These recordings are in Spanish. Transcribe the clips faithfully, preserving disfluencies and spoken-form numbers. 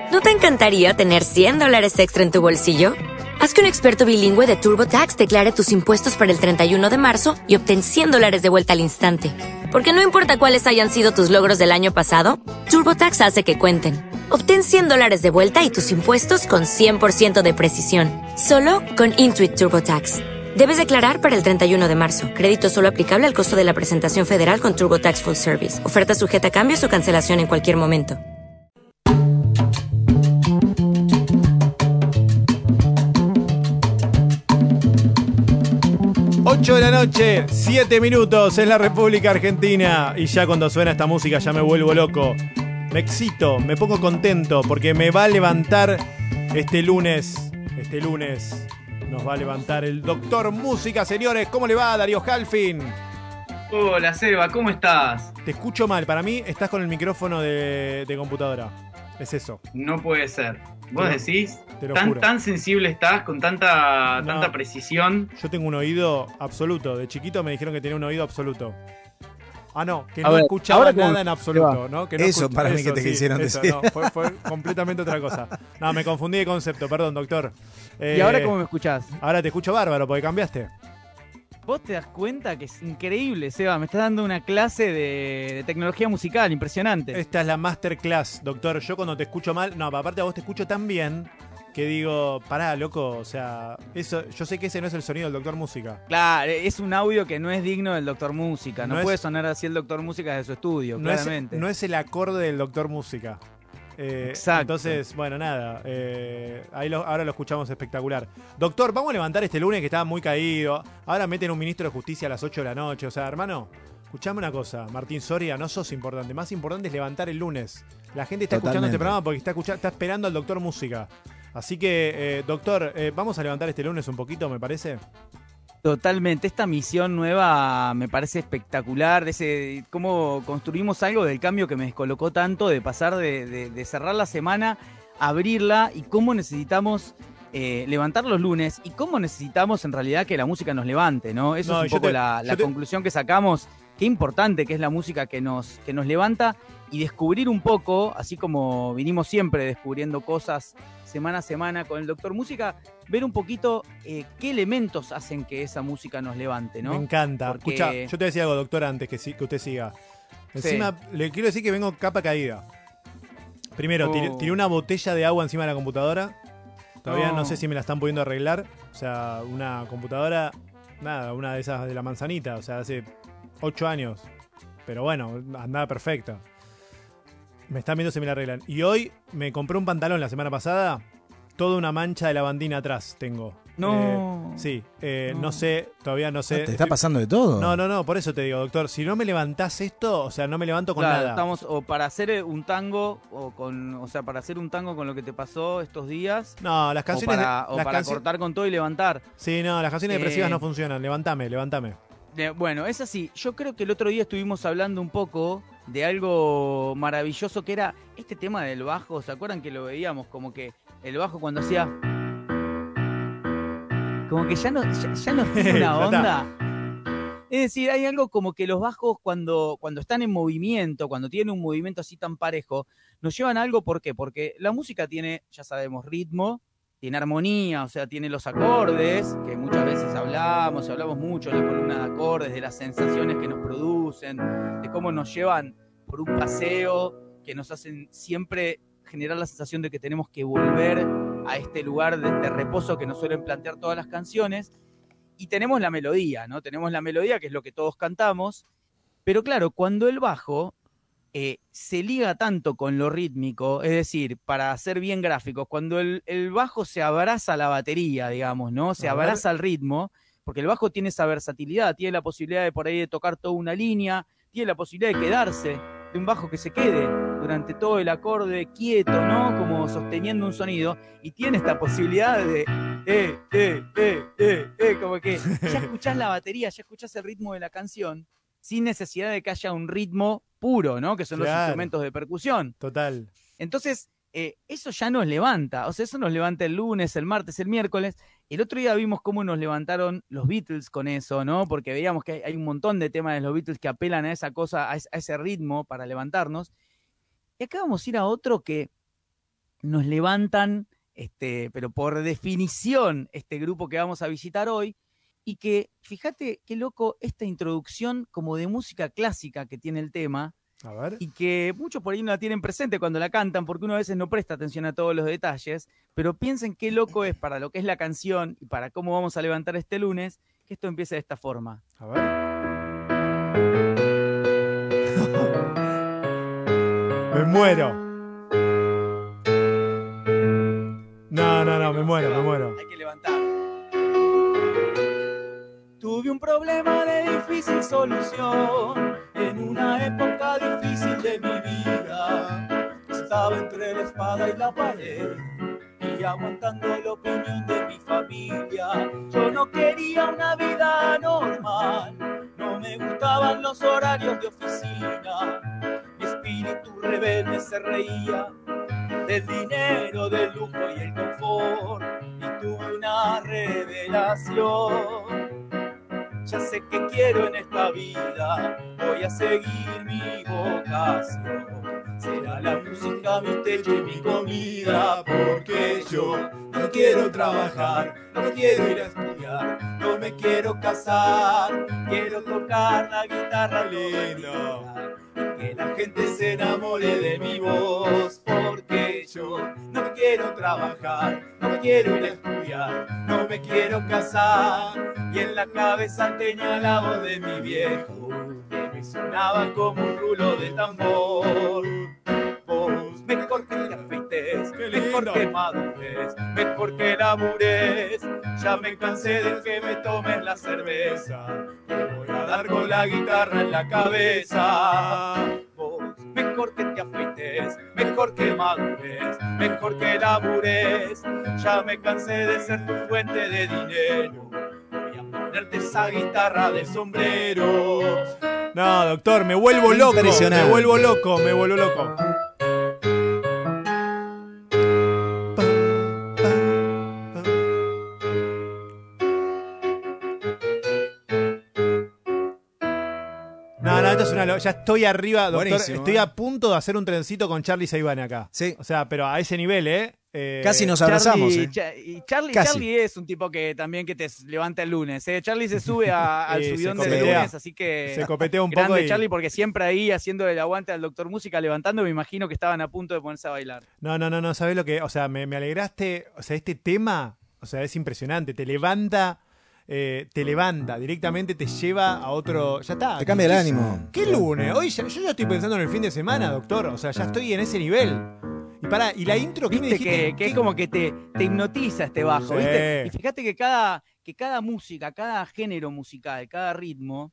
¿No te encantaría tener cien dólares extra en tu bolsillo? Haz que un experto bilingüe de TurboTax declare tus impuestos para el treinta y uno de marzo y obtén cien dólares de vuelta al instante. Porque no importa cuáles hayan sido tus logros del año pasado, TurboTax hace que cuenten. Obtén cien dólares de vuelta y tus impuestos con cien por ciento de precisión. Solo con Intuit TurboTax. Debes declarar para el treinta y uno de marzo. Crédito solo aplicable al costo de la presentación federal con TurboTax Full Service. Oferta sujeta a cambios o cancelación en cualquier momento. ocho de la noche, siete minutos en la República Argentina. Y ya cuando suena esta música ya me vuelvo loco. Me excito, me pongo contento porque me va a levantar este lunes. Este lunes nos va a levantar el Doctor Música, señores. ¿Cómo le va, Darío Halfin? Hola, Seba, ¿cómo estás? Te escucho mal. Para mí estás con el micrófono de, de computadora. Es eso. No puede ser. ¿Vos Te lo- decís? te lo Tan, juro. tan sensible estás, con tanta, No. tanta precisión. Yo tengo un oído absoluto. De chiquito me dijeron que tenía un oído absoluto. Ah, no, que A no ver, escuchaba ahora como- nada en absoluto, ¿no? Que no Eso escuch- para mí que te sí, quisieron eso, decir. no, fue, fue completamente otra cosa. No, me confundí de concepto, perdón, doctor. Eh, ¿Y ahora cómo me escuchás? Ahora te escucho bárbaro porque cambiaste. Vos te das cuenta que es increíble, Seba. Me estás dando una clase de, de tecnología musical, impresionante. Esta es la masterclass, doctor. Yo cuando te escucho mal, no, aparte a vos te escucho tan bien que digo, pará, loco, o sea, eso, yo sé que ese no es el sonido del doctor música. Claro, es un audio que no es digno del Doctor Música. No, No es- puede sonar así el Doctor Música desde su estudio, No es, claramente. no es el acorde del doctor música. Eh, Exacto. Entonces, bueno, nada. eh, ahí lo- ahora lo escuchamos espectacular. Doctor, vamos a levantar este lunes que estaba muy caído. Ahora meten un ministro de justicia a las ocho de la noche. O sea, hermano, escuchame una cosa. Martín Soria, no sos importante. Más importante es levantar el lunes. La gente está escuchando Totalmente. este programa porque está, escucha- está esperando al doctor música. Así que, eh, doctor, eh, vamos a levantar este lunes un poquito, me parece. Totalmente. Esta misión nueva me parece espectacular. De ese, cómo construimos algo del cambio que me descolocó tanto, de pasar de, de- de cerrar la semana, abrirla, y cómo necesitamos eh, levantar los lunes, y cómo necesitamos en realidad que la música nos levante, ¿no? Eso No, es un yo poco te- la, la yo te- conclusión que sacamos. Qué importante que es la música que nos, que nos levanta, y descubrir un poco, así como vinimos siempre descubriendo cosas semana a semana con el Doctor Música, ver un poquito eh, qué elementos hacen que esa música nos levante, ¿no? Me encanta. Porque- Escucha, yo te voy a decir algo, doctor, antes que, si- que usted siga. Encima, le quiero decir que vengo capa caída. Primero, Oh. tiré, tiré una botella de agua encima de la computadora. Todavía no. No. sé si me la están pudiendo arreglar. O sea, una computadora, nada, una de esas de la manzanita. O sea, hace ocho años. Pero bueno, andaba perfecta. Me están viendo si me la arreglan. Y hoy me compré un pantalón la semana pasada. Toda una mancha de lavandina atrás tengo. No. Eh, sí, eh, no. No. sé, todavía no sé. ¿Te está pasando de todo? No, no, no, por eso te digo, doctor, si no me levantás esto, o sea, no me levanto con Claro, nada. estamos o para hacer un tango o con, o sea, para hacer un tango con lo que te pasó estos días, No, las o canciones... para, de- o las para canci- cortar con todo y levantar. Sí, no, las canciones Eh, depresivas no funcionan. Levantame, levantame. Eh, Bueno, es así. Yo creo que el otro día estuvimos hablando un poco de algo maravilloso que era este tema del bajo. ¿Se acuerdan que lo veíamos? Como que el bajo cuando hacía... Como que ya no, ya, ya no tiene una Ya está. onda. Es decir, hay algo como que los bajos cuando, cuando están en movimiento, cuando tienen un movimiento así tan parejo, nos llevan a algo. ¿Por qué? Porque la música tiene, ya sabemos, ritmo, tiene armonía, o sea, tiene los acordes, que muchas veces hablamos, hablamos mucho en la columna de acordes, de las sensaciones que nos producen, de cómo nos llevan por un paseo, que nos hacen siempre generar la sensación de que tenemos que volver a este lugar de, de reposo que nos suelen plantear todas las canciones. Y tenemos la melodía, ¿no? Tenemos la melodía, que es lo que todos cantamos, pero claro, cuando el bajo eh, se liga tanto con lo rítmico, es decir, para ser bien gráficos, cuando el, el bajo se abraza a la batería, digamos, ¿no? Se A ver. abraza al ritmo, porque el bajo tiene esa versatilidad, tiene la posibilidad de por ahí de tocar toda una línea, tiene la posibilidad de quedarse, de un bajo que se quede durante todo el acorde quieto, ¿no? Como sosteniendo un sonido, y tiene esta posibilidad de eh, eh, eh, eh, eh, como que ya escuchás la batería, ya escuchás el ritmo de la canción, sin necesidad de que haya un ritmo puro, ¿no? Que son los Claro. instrumentos de percusión. Total. Entonces, eh, eso ya nos levanta, o sea, eso nos levanta el lunes, el martes, el miércoles. El otro día vimos cómo nos levantaron los Beatles con eso, ¿no? Porque veíamos que hay, hay un montón de temas de los Beatles que apelan a esa cosa, a, es- a ese ritmo para levantarnos. Y acá vamos a ir a otro que nos levantan, este, pero por definición, este grupo que vamos a visitar hoy, y que, fíjate qué loco, esta introducción como de música clásica que tiene el tema, A ver. y que muchos por ahí no la tienen presente cuando la cantan, porque uno a veces no presta atención a todos los detalles, pero piensen qué loco es para lo que es la canción y para cómo vamos a levantar este lunes, que esto empiece de esta forma. A ver. Me muero. No, no, no, me muero, me muero. Hay que levantar. Tuve un problema de difícil solución en una época difícil de mi vida. Estaba entre la espada y la pared y aguantando la opinión de mi familia. Yo no quería una vida normal, no me gustaban los horarios de oficina. Mi espíritu rebelde se reía del dinero, del lujo y el confort, y tuve una revelación. Ya sé que quiero en esta vida, voy a seguir mi vocación. Será la música mi techo y mi comida, porque yo no quiero trabajar, no quiero ir a estudiar, no me quiero casar, quiero tocar la guitarra linda, que la gente se enamore de mi voz, porque yo no quiero trabajar, no quiero ir a estudiar, no me quiero casar, y en la cabeza tenía la voz de mi viejo, que me sonaba como un rulo de tambor. Vos, mejor que te afeites, mejor que madures, mejor que labures, ya me cansé de que me tomes la cerveza, te voy a dar con la guitarra en la cabeza. Vos, mejor que te afeites, mejor que madures, mejor que labures, ya me cansé de ser tu fuente de dinero, voy a ponerte esa guitarra de sombrero. No, doctor, me vuelvo loco. Me vuelvo loco, me vuelvo loco. No, no, esto es una lo- ya estoy arriba, doctor. Buenísimo, Estoy ¿eh? a punto de hacer un trencito con Charlie Saibane acá. Sí. O sea, pero a ese nivel, ¿eh? Eh, Casi nos abrazamos. Charlie, ¿eh? Cha- y Charlie, Casi. Charlie es un tipo que también que te levanta el lunes. ¿eh? Charlie se sube a- al Sí, se subidón del copetea. lunes, así que Se copetea un grande poco y... Charlie, porque siempre ahí haciendo el aguante al Doctor Música, levantando, me imagino que estaban a punto de ponerse a bailar. No, no, no, no, ¿sabes lo que? O sea, me, me alegraste. O sea, este tema, o sea, es impresionante. Te levanta, eh, te levanta, directamente te lleva a otro. Ya está. Te cambia el ¿Qué- ánimo. ¿Qué lunes? Hoy ya- yo ya estoy pensando en el fin de semana, doctor. O sea, ya estoy en ese nivel. Y pará, y la intro, ¿qué me Viste dijiste? que, que es ¿Qué- como que te, te hipnotiza este bajo, Sí. ¿viste? Y fíjate que cada, que cada música, cada género musical, cada ritmo,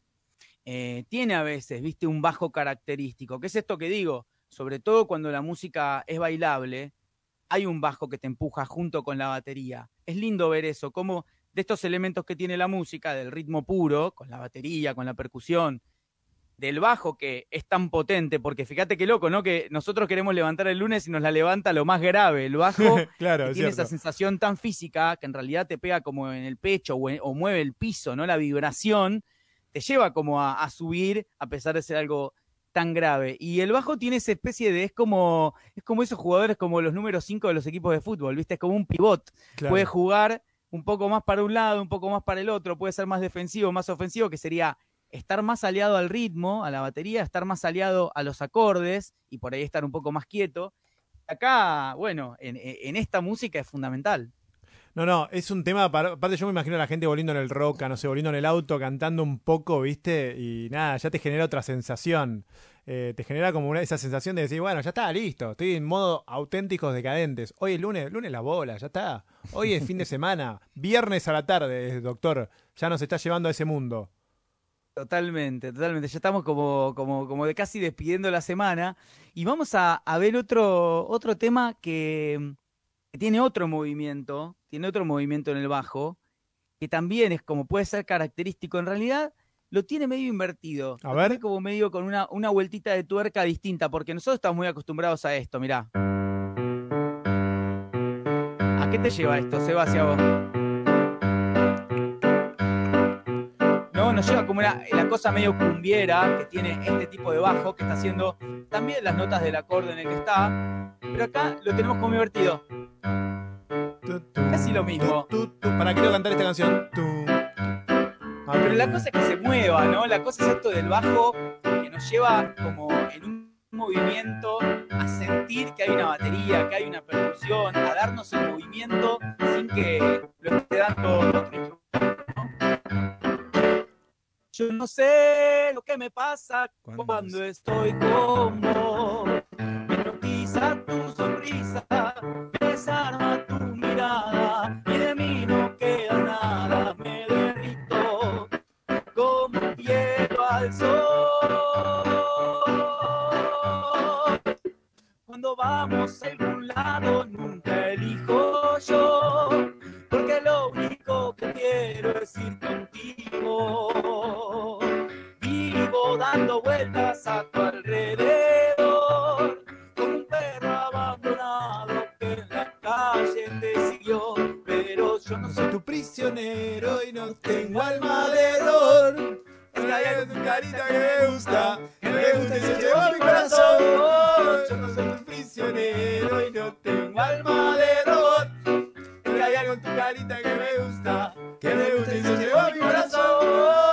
eh, tiene a veces, ¿viste? Un bajo característico. ¿Qué es esto que digo? Sobre todo cuando la música es bailable, hay un bajo que te empuja junto con la batería. Es lindo ver eso, como de estos elementos que tiene la música, del ritmo puro, con la batería, con la percusión, del bajo que es tan potente, porque fíjate qué loco, ¿no? Que nosotros queremos levantar el lunes y nos la levanta lo más grave, el bajo Claro, que es tiene cierto. esa sensación tan física que en realidad te pega como en el pecho o, en- o mueve el piso, ¿no? La vibración te lleva como a, a subir a pesar de ser algo tan grave. Y el bajo tiene esa especie de, es como, es como esos jugadores como los números cinco de los equipos de fútbol, ¿viste? Es como un pivot. Claro. Puede jugar un poco más para un lado, un poco más para el otro, puede ser más defensivo, más ofensivo, que sería estar más aliado al ritmo, a la batería, estar más aliado a los acordes y por ahí estar un poco más quieto. Acá, bueno, en, en esta música es fundamental. No, no, es un tema, para- aparte yo me imagino a la gente volviendo en el rock, no sé, volviendo en el auto, cantando un poco, ¿viste? Y nada, ya te genera otra sensación. Eh, te genera como una, esa sensación de decir, bueno, ya está, listo, estoy en modo auténticos decadentes. Hoy es lunes, lunes la bola, ya está. Hoy es fin de semana, viernes a la tarde, doctor, ya nos está llevando a ese mundo. Totalmente, totalmente. Ya estamos como, como, como de casi despidiendo la semana y vamos a, a ver otro, otro tema que, que tiene otro movimiento, tiene otro movimiento en el bajo, que también es como puede ser característico. En realidad lo tiene medio invertido. A Lo ver. tiene como medio con una, una vueltita de tuerca distinta, porque nosotros estamos muy acostumbrados a esto, mirá. ¿A qué te lleva esto, Seba, hacia vos? No, nos lleva como una, la cosa medio cumbiera que tiene este tipo de bajo que está haciendo también las notas del acorde en el que está, Pero acá lo tenemos como invertido. Casi lo mismo. Tu, tu, tu. ¿Para qué quiero cantar esta canción? Tu. Pero la cosa es que se mueva, ¿no? La cosa es esto del bajo que nos lleva como en un movimiento a sentir que hay una batería, que hay una percusión, a darnos el movimiento sin que lo esté dando otro instrumento, ¿no? Yo no sé lo que me pasa ¿Cuándo cuando es? estoy con vos. Me hipnotiza tu sonrisa, me desarma tu mirada y de mí no queda nada. Me derrito como hielo al sol. Cuando vamos a algún lado nunca elijo yo, porque lo único que quiero es ir contigo. Vivo dando vueltas a tu alrededor, como un perro abandonado que en la calle te siguió. Pero yo no soy tu prisionero y no tengo alma de error. Es que hay algo en tu carita que me gusta, que me gusta y se llevó a mi corazón. Yo no soy tu prisionero y no tengo alma de error. Es que hay algo en tu carita que me gusta, que me gusta y se llevó a mi corazón.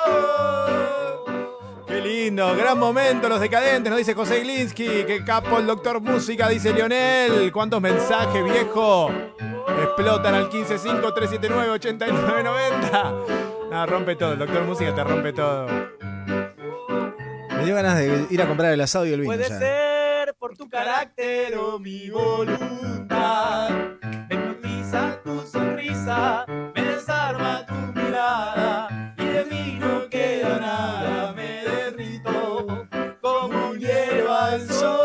Qué lindo, gran momento, Los Decadentes, nos dice José Glinsky. Qué capo el doctor Música, dice Lionel. ¿Cuántos mensajes, viejo? Explotan al quince cinco tres siete nueve ocho nueve nueve cero. No, rompe todo, el doctor Música te rompe todo. Me dio ganas de ir a comprar el asado y el vino. Puede ya. ser por tu carácter o mi voluntad. Me hipnotiza tu sonrisa, me desarma tu mirada y de mí no queda nada. Me derrito como un hielo al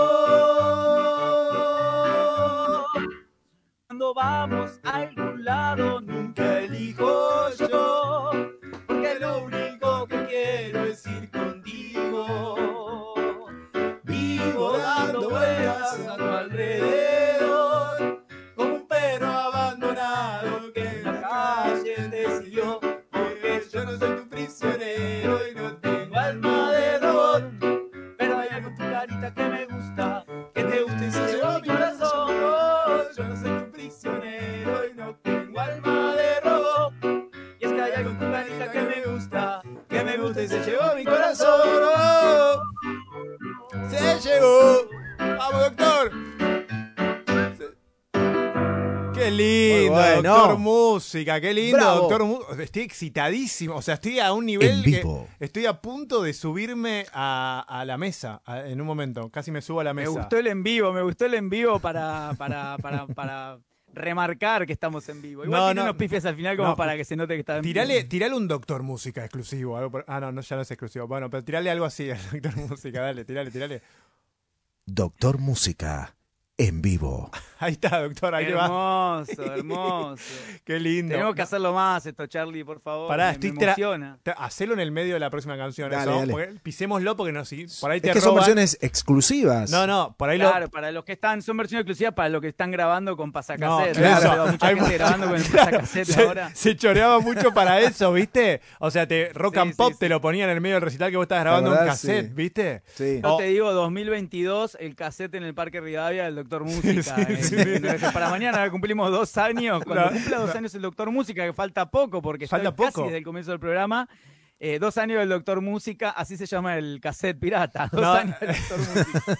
sol. Cuando vamos a algún lado nunca elijo yo, porque lo único que quiero es ir contigo. Vivo dando vueltas a tu alrededor, como un perro abandonado que en la calle te siguió. Porque yo no soy tu prisionero y no tengo alma de error, pero hay algo en tu carita que me gusta, que te gusta y se llevó a mi corazón. Oh, yo no soy tu prisionero y no tengo alma de error. Y es que hay algo en tu carita que me gusta, que me gusta y se llevó a mi corazón. Oh, ¡Se llegó! ¡Vamos, doctor! ¡Qué lindo, Muy bueno. doctor Música! ¡Qué lindo, Bravo. doctor Música! Estoy excitadísimo. O sea, estoy a un nivel En que vivo. estoy a punto de subirme a, a la mesa a- en un momento. Casi me subo a la me mesa. gustó el en vivo, me gustó el en vivo para, para, para, para remarcar que estamos en vivo. Igual No, tiene no, unos pifes al final como no, para que se note que está en Tirale, vivo. tirale un doctor Música exclusivo. Algo por- ah, no, no, ya no es exclusivo. Bueno, pero tirale algo así al doctor Música. Dale, tirale, tirale. Doctor Música en vivo. Ahí está, doctor. Ahí le va. Hermoso, hermoso. Qué lindo. Tenemos que hacerlo más esto, Charlie, por favor. Pará, me, estoy me tra- emociona. Te- Hacelo en el medio de la próxima canción. Dale, eso, dale. porque- pisémoslo porque no, si, por ahí te Es que son roban. versiones exclusivas. No, no, por ahí Claro, lo. para los que están, son versiones exclusivas para los que están grabando con No, pasacassette. claro. Pero mucha Hay gente mu- grabando con el Claro, pasacassette se, ahora. se choreaba mucho para eso, ¿viste? O sea, te rock Sí, and sí, pop sí. te lo ponían en el medio del recital que vos estabas grabando un acordás? cassette, Sí. ¿viste? Sí. Yo Oh. te digo, dos mil veintidós, el cassette en el Parque Rivadavia del Doctor Música. Sí, Eh, sí, eh, no, para mañana ahora cumplimos dos años. Cuando No, cumpla dos no. años el Doctor Música, que falta poco, porque Falta estoy poco. casi desde el comienzo del programa. Eh, dos años del Doctor Música, así se llama el cassette pirata. Dos No. años del Doctor Música.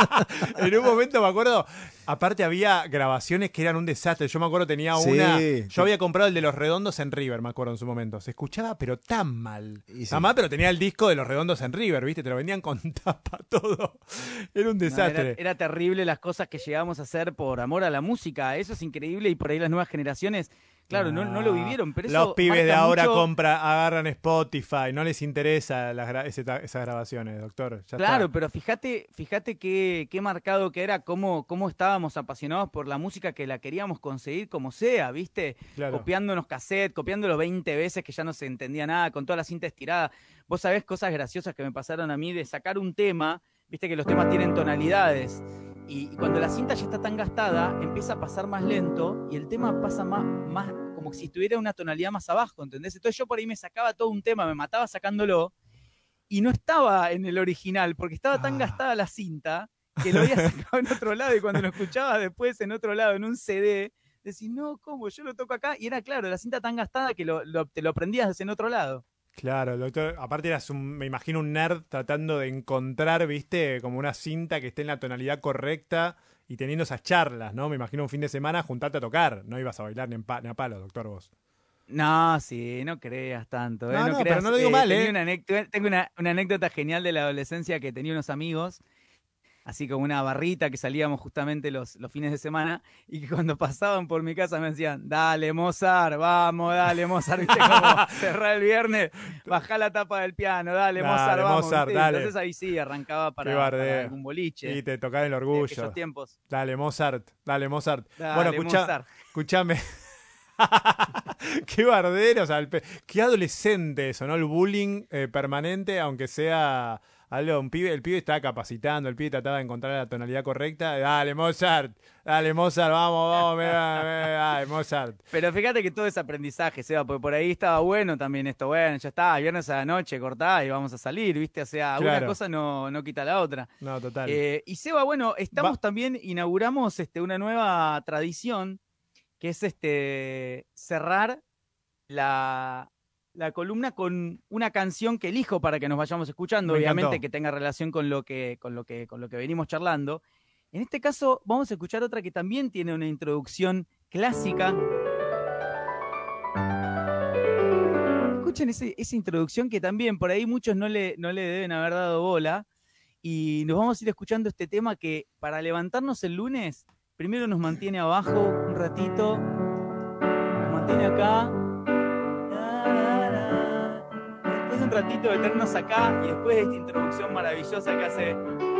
En un momento me acuerdo, aparte había grabaciones que eran un desastre. Yo me acuerdo tenía Sí. una. Yo había comprado el de Los Redondos en River, me acuerdo en su momento. Se escuchaba, pero tan mal. Y sí. Tan mal, pero tenía el disco de Los Redondos en River, ¿viste? Te lo vendían con tapa todo. Era un No, desastre. era, era terrible las cosas que llegamos a hacer por amor a la música. Eso es increíble y por ahí las nuevas generaciones, claro, no, no lo vivieron. Pero Los eso pibes de marca ahora mucho- compra, agarran Spotify, no les interesa las gra- ese ta- esas grabaciones, doctor. Ya Claro, está. pero fíjate, fíjate qué, qué marcado que era, cómo, cómo estábamos apasionados por la música que la queríamos conseguir como sea, ¿viste? Claro. Copiándonos cassette, copiándolo veinte veces que ya no se entendía nada, con toda la cinta estirada. Vos sabés cosas graciosas que me pasaron a mí de sacar un tema, viste que los temas tienen tonalidades. Y, y cuando la cinta ya está tan gastada, empieza a pasar más lento y el tema pasa más, más como si estuviera una tonalidad más abajo, ¿entendés? Entonces yo por ahí me sacaba todo un tema, me mataba sacándolo y no estaba en el original porque estaba tan Ah. gastada la cinta que lo había sacado en otro lado y cuando lo escuchabas después en otro lado, en un C D, decís, no, ¿cómo? Yo lo toco acá. Y era claro, la cinta tan gastada que lo, lo, te lo aprendías en otro lado. Claro, doctor. Aparte eras un, me imagino un nerd tratando de encontrar, viste, como una cinta que esté en la tonalidad correcta y teniendo esas charlas, ¿no? Me imagino un fin de semana juntarte a tocar. No ibas a bailar ni, en pa, ni a palo, doctor, vos. No, sí, no creas tanto. ¿eh? No, No, no, creas, pero no lo digo eh, mal, tenía ¿eh? Una anécdota, tengo una, una anécdota genial de la adolescencia que tenía unos amigos, así como una barrita que salíamos justamente los, los fines de semana y que cuando pasaban por mi casa me decían, dale Mozart, vamos, dale Mozart, viste como cerrar el viernes, bajá la tapa del piano, dale, Dale, Mozart, vamos. Mozart, ¿viste? dale. Entonces ahí sí, arrancaba para, Qué bardeo. para algún boliche. Y te tocaba el de orgullo. aquellos tiempos. Dale, Mozart, dale, Mozart. Dale, bueno, escucha, Mozart. escuchame. Qué bardero, o sea, el pe- qué adolescente eso, ¿no? El bullying eh, permanente, aunque sea algo, un pibe, el pibe estaba capacitando, el pibe trataba de encontrar la tonalidad correcta. Dale, Mozart, dale, Mozart, vamos, vamos, mira, mira, dale, Mozart. Pero fíjate que todo es aprendizaje, Seba, porque por ahí estaba bueno también esto. Bueno, ya está, viernes a la noche, cortá y vamos a salir, ¿viste? O sea, Claro. una cosa no, no quita la otra. No, total. Eh, y Seba, bueno, estamos Va- también, inauguramos este, una nueva tradición, que es este cerrar la, la columna con una canción que elijo para que nos vayamos escuchando, Me obviamente encantó. que tenga relación con lo que, con lo que, con lo que venimos charlando. En este caso, vamos a escuchar otra que también tiene una introducción clásica. Escuchen ese, esa introducción que también por ahí muchos no le, no le deben haber dado bola. Y nos vamos a ir escuchando este tema que para levantarnos el lunes, primero nos mantiene abajo un ratito, nos mantiene acá. Después de un ratito de tenernos acá y después de esta introducción maravillosa que hace.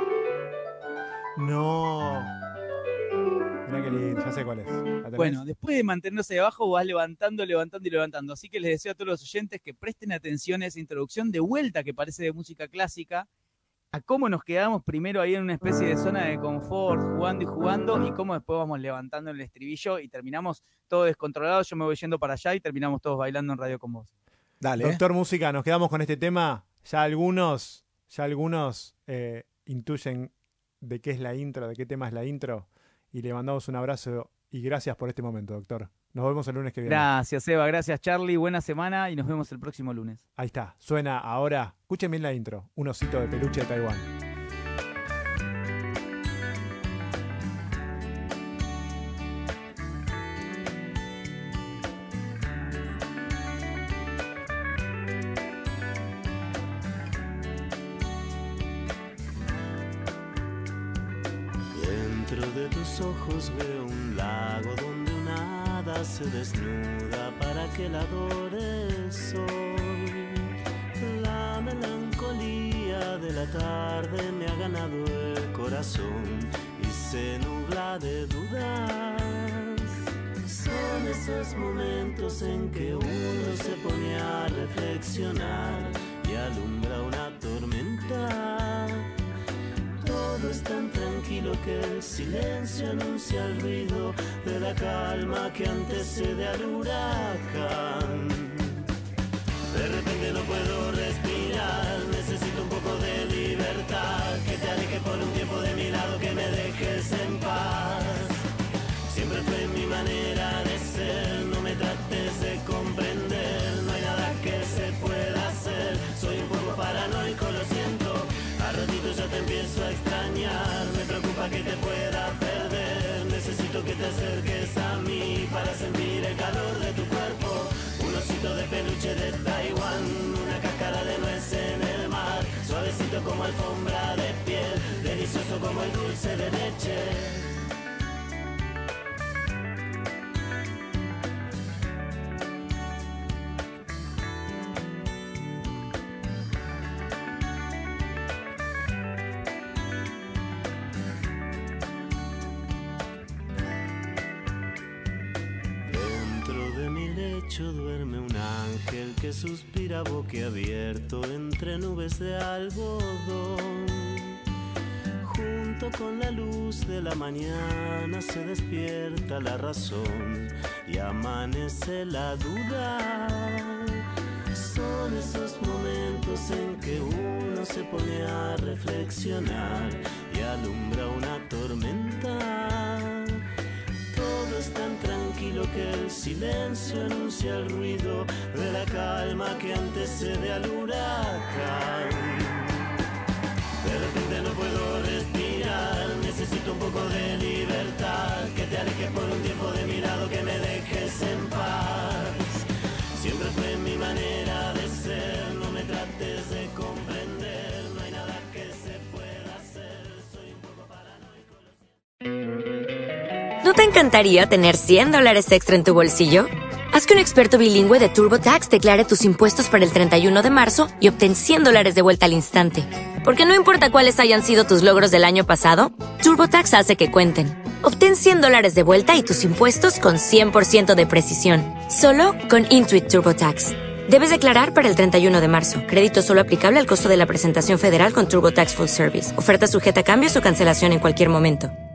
No. Mirá qué lindo, ya sé cuál es. ¿La tenés? Bueno, después de mantenerse debajo vas levantando, levantando y levantando. Así que les deseo a todos los oyentes que presten atención a esa introducción de vuelta que parece de música clásica, a cómo nos quedamos primero ahí en una especie de zona de confort, jugando y jugando, y cómo después vamos levantando el estribillo y terminamos todo descontrolado. Yo me voy yendo para allá y terminamos todos bailando en Radio con Vos. Dale. ¿eh? Doctor Música, nos quedamos con este tema. Ya algunos, ya algunos eh, intuyen de qué es la intro, de qué tema es la intro. Y le mandamos un abrazo y gracias por este momento, doctor. Nos vemos el lunes que viene. Gracias, Eva. Gracias, Charlie. Buena semana y nos vemos el próximo lunes. Ahí está, suena ahora. Escuchen bien la intro. Un osito de peluche de Taiwán. Dentro de tus ojos veo un lago donde una hada se desnuda para que la adores hoy. La melancolía de la tarde me ha ganado el corazón y se nubla de dudas. Son esos momentos en que uno se pone a reflexionar y alumbra una tormenta. Todo es tan tranquilo que el silencio anuncia el ruido de la calma que antecede al huracán. De repente no puedo respirar, necesito un poco de libertad, que te aleje por un tiempo de mi lado, que me dejes en paz. Siempre fue mi manera de ser, no me trates de comprender, no hay nada que se pueda hacer, soy un poco paranoico, lo siento. A ratito ya te empiezo a extrañar, me preocupa que te pueda perder. Necesito que te acerques a mí para sentir el calor de tu cuerpo. Un osito de peluche de Taiwán, una cáscara de nuez en el mar. Suavecito como alfombra de piel, delicioso como el dulce de leche. Duerme un ángel que suspira boquiabierto entre nubes de algodón. Junto con la luz de la mañana se despierta la razón y amanece la duda. Son esos momentos en que uno se pone a reflexionar y alumbra una tormenta. Todo es tan tranquilo que el silencio anuncia el ruido de la calma que antecede al huracán. De repente no puedo respirar, necesito un poco de libertad, que te alejes por un tiempo de mi lado, que me dejes en paz. Siempre fue mi manera de ser, no me trates de comprender, no hay nada que se pueda hacer, soy un poco paranoico. ¿No te encantaría tener cien dólares extra en tu bolsillo? Haz que un experto bilingüe de TurboTax declare tus impuestos para el treinta y uno de marzo y obtén cien dólares de vuelta al instante. Porque no importa cuáles hayan sido tus logros del año pasado, TurboTax hace que cuenten. Obtén cien dólares de vuelta y tus impuestos con cien por ciento de precisión. Solo con Intuit TurboTax. Debes declarar para el treinta y uno de marzo. Crédito solo aplicable al costo de la presentación federal con TurboTax Full Service. Oferta sujeta a cambios o cancelación en cualquier momento.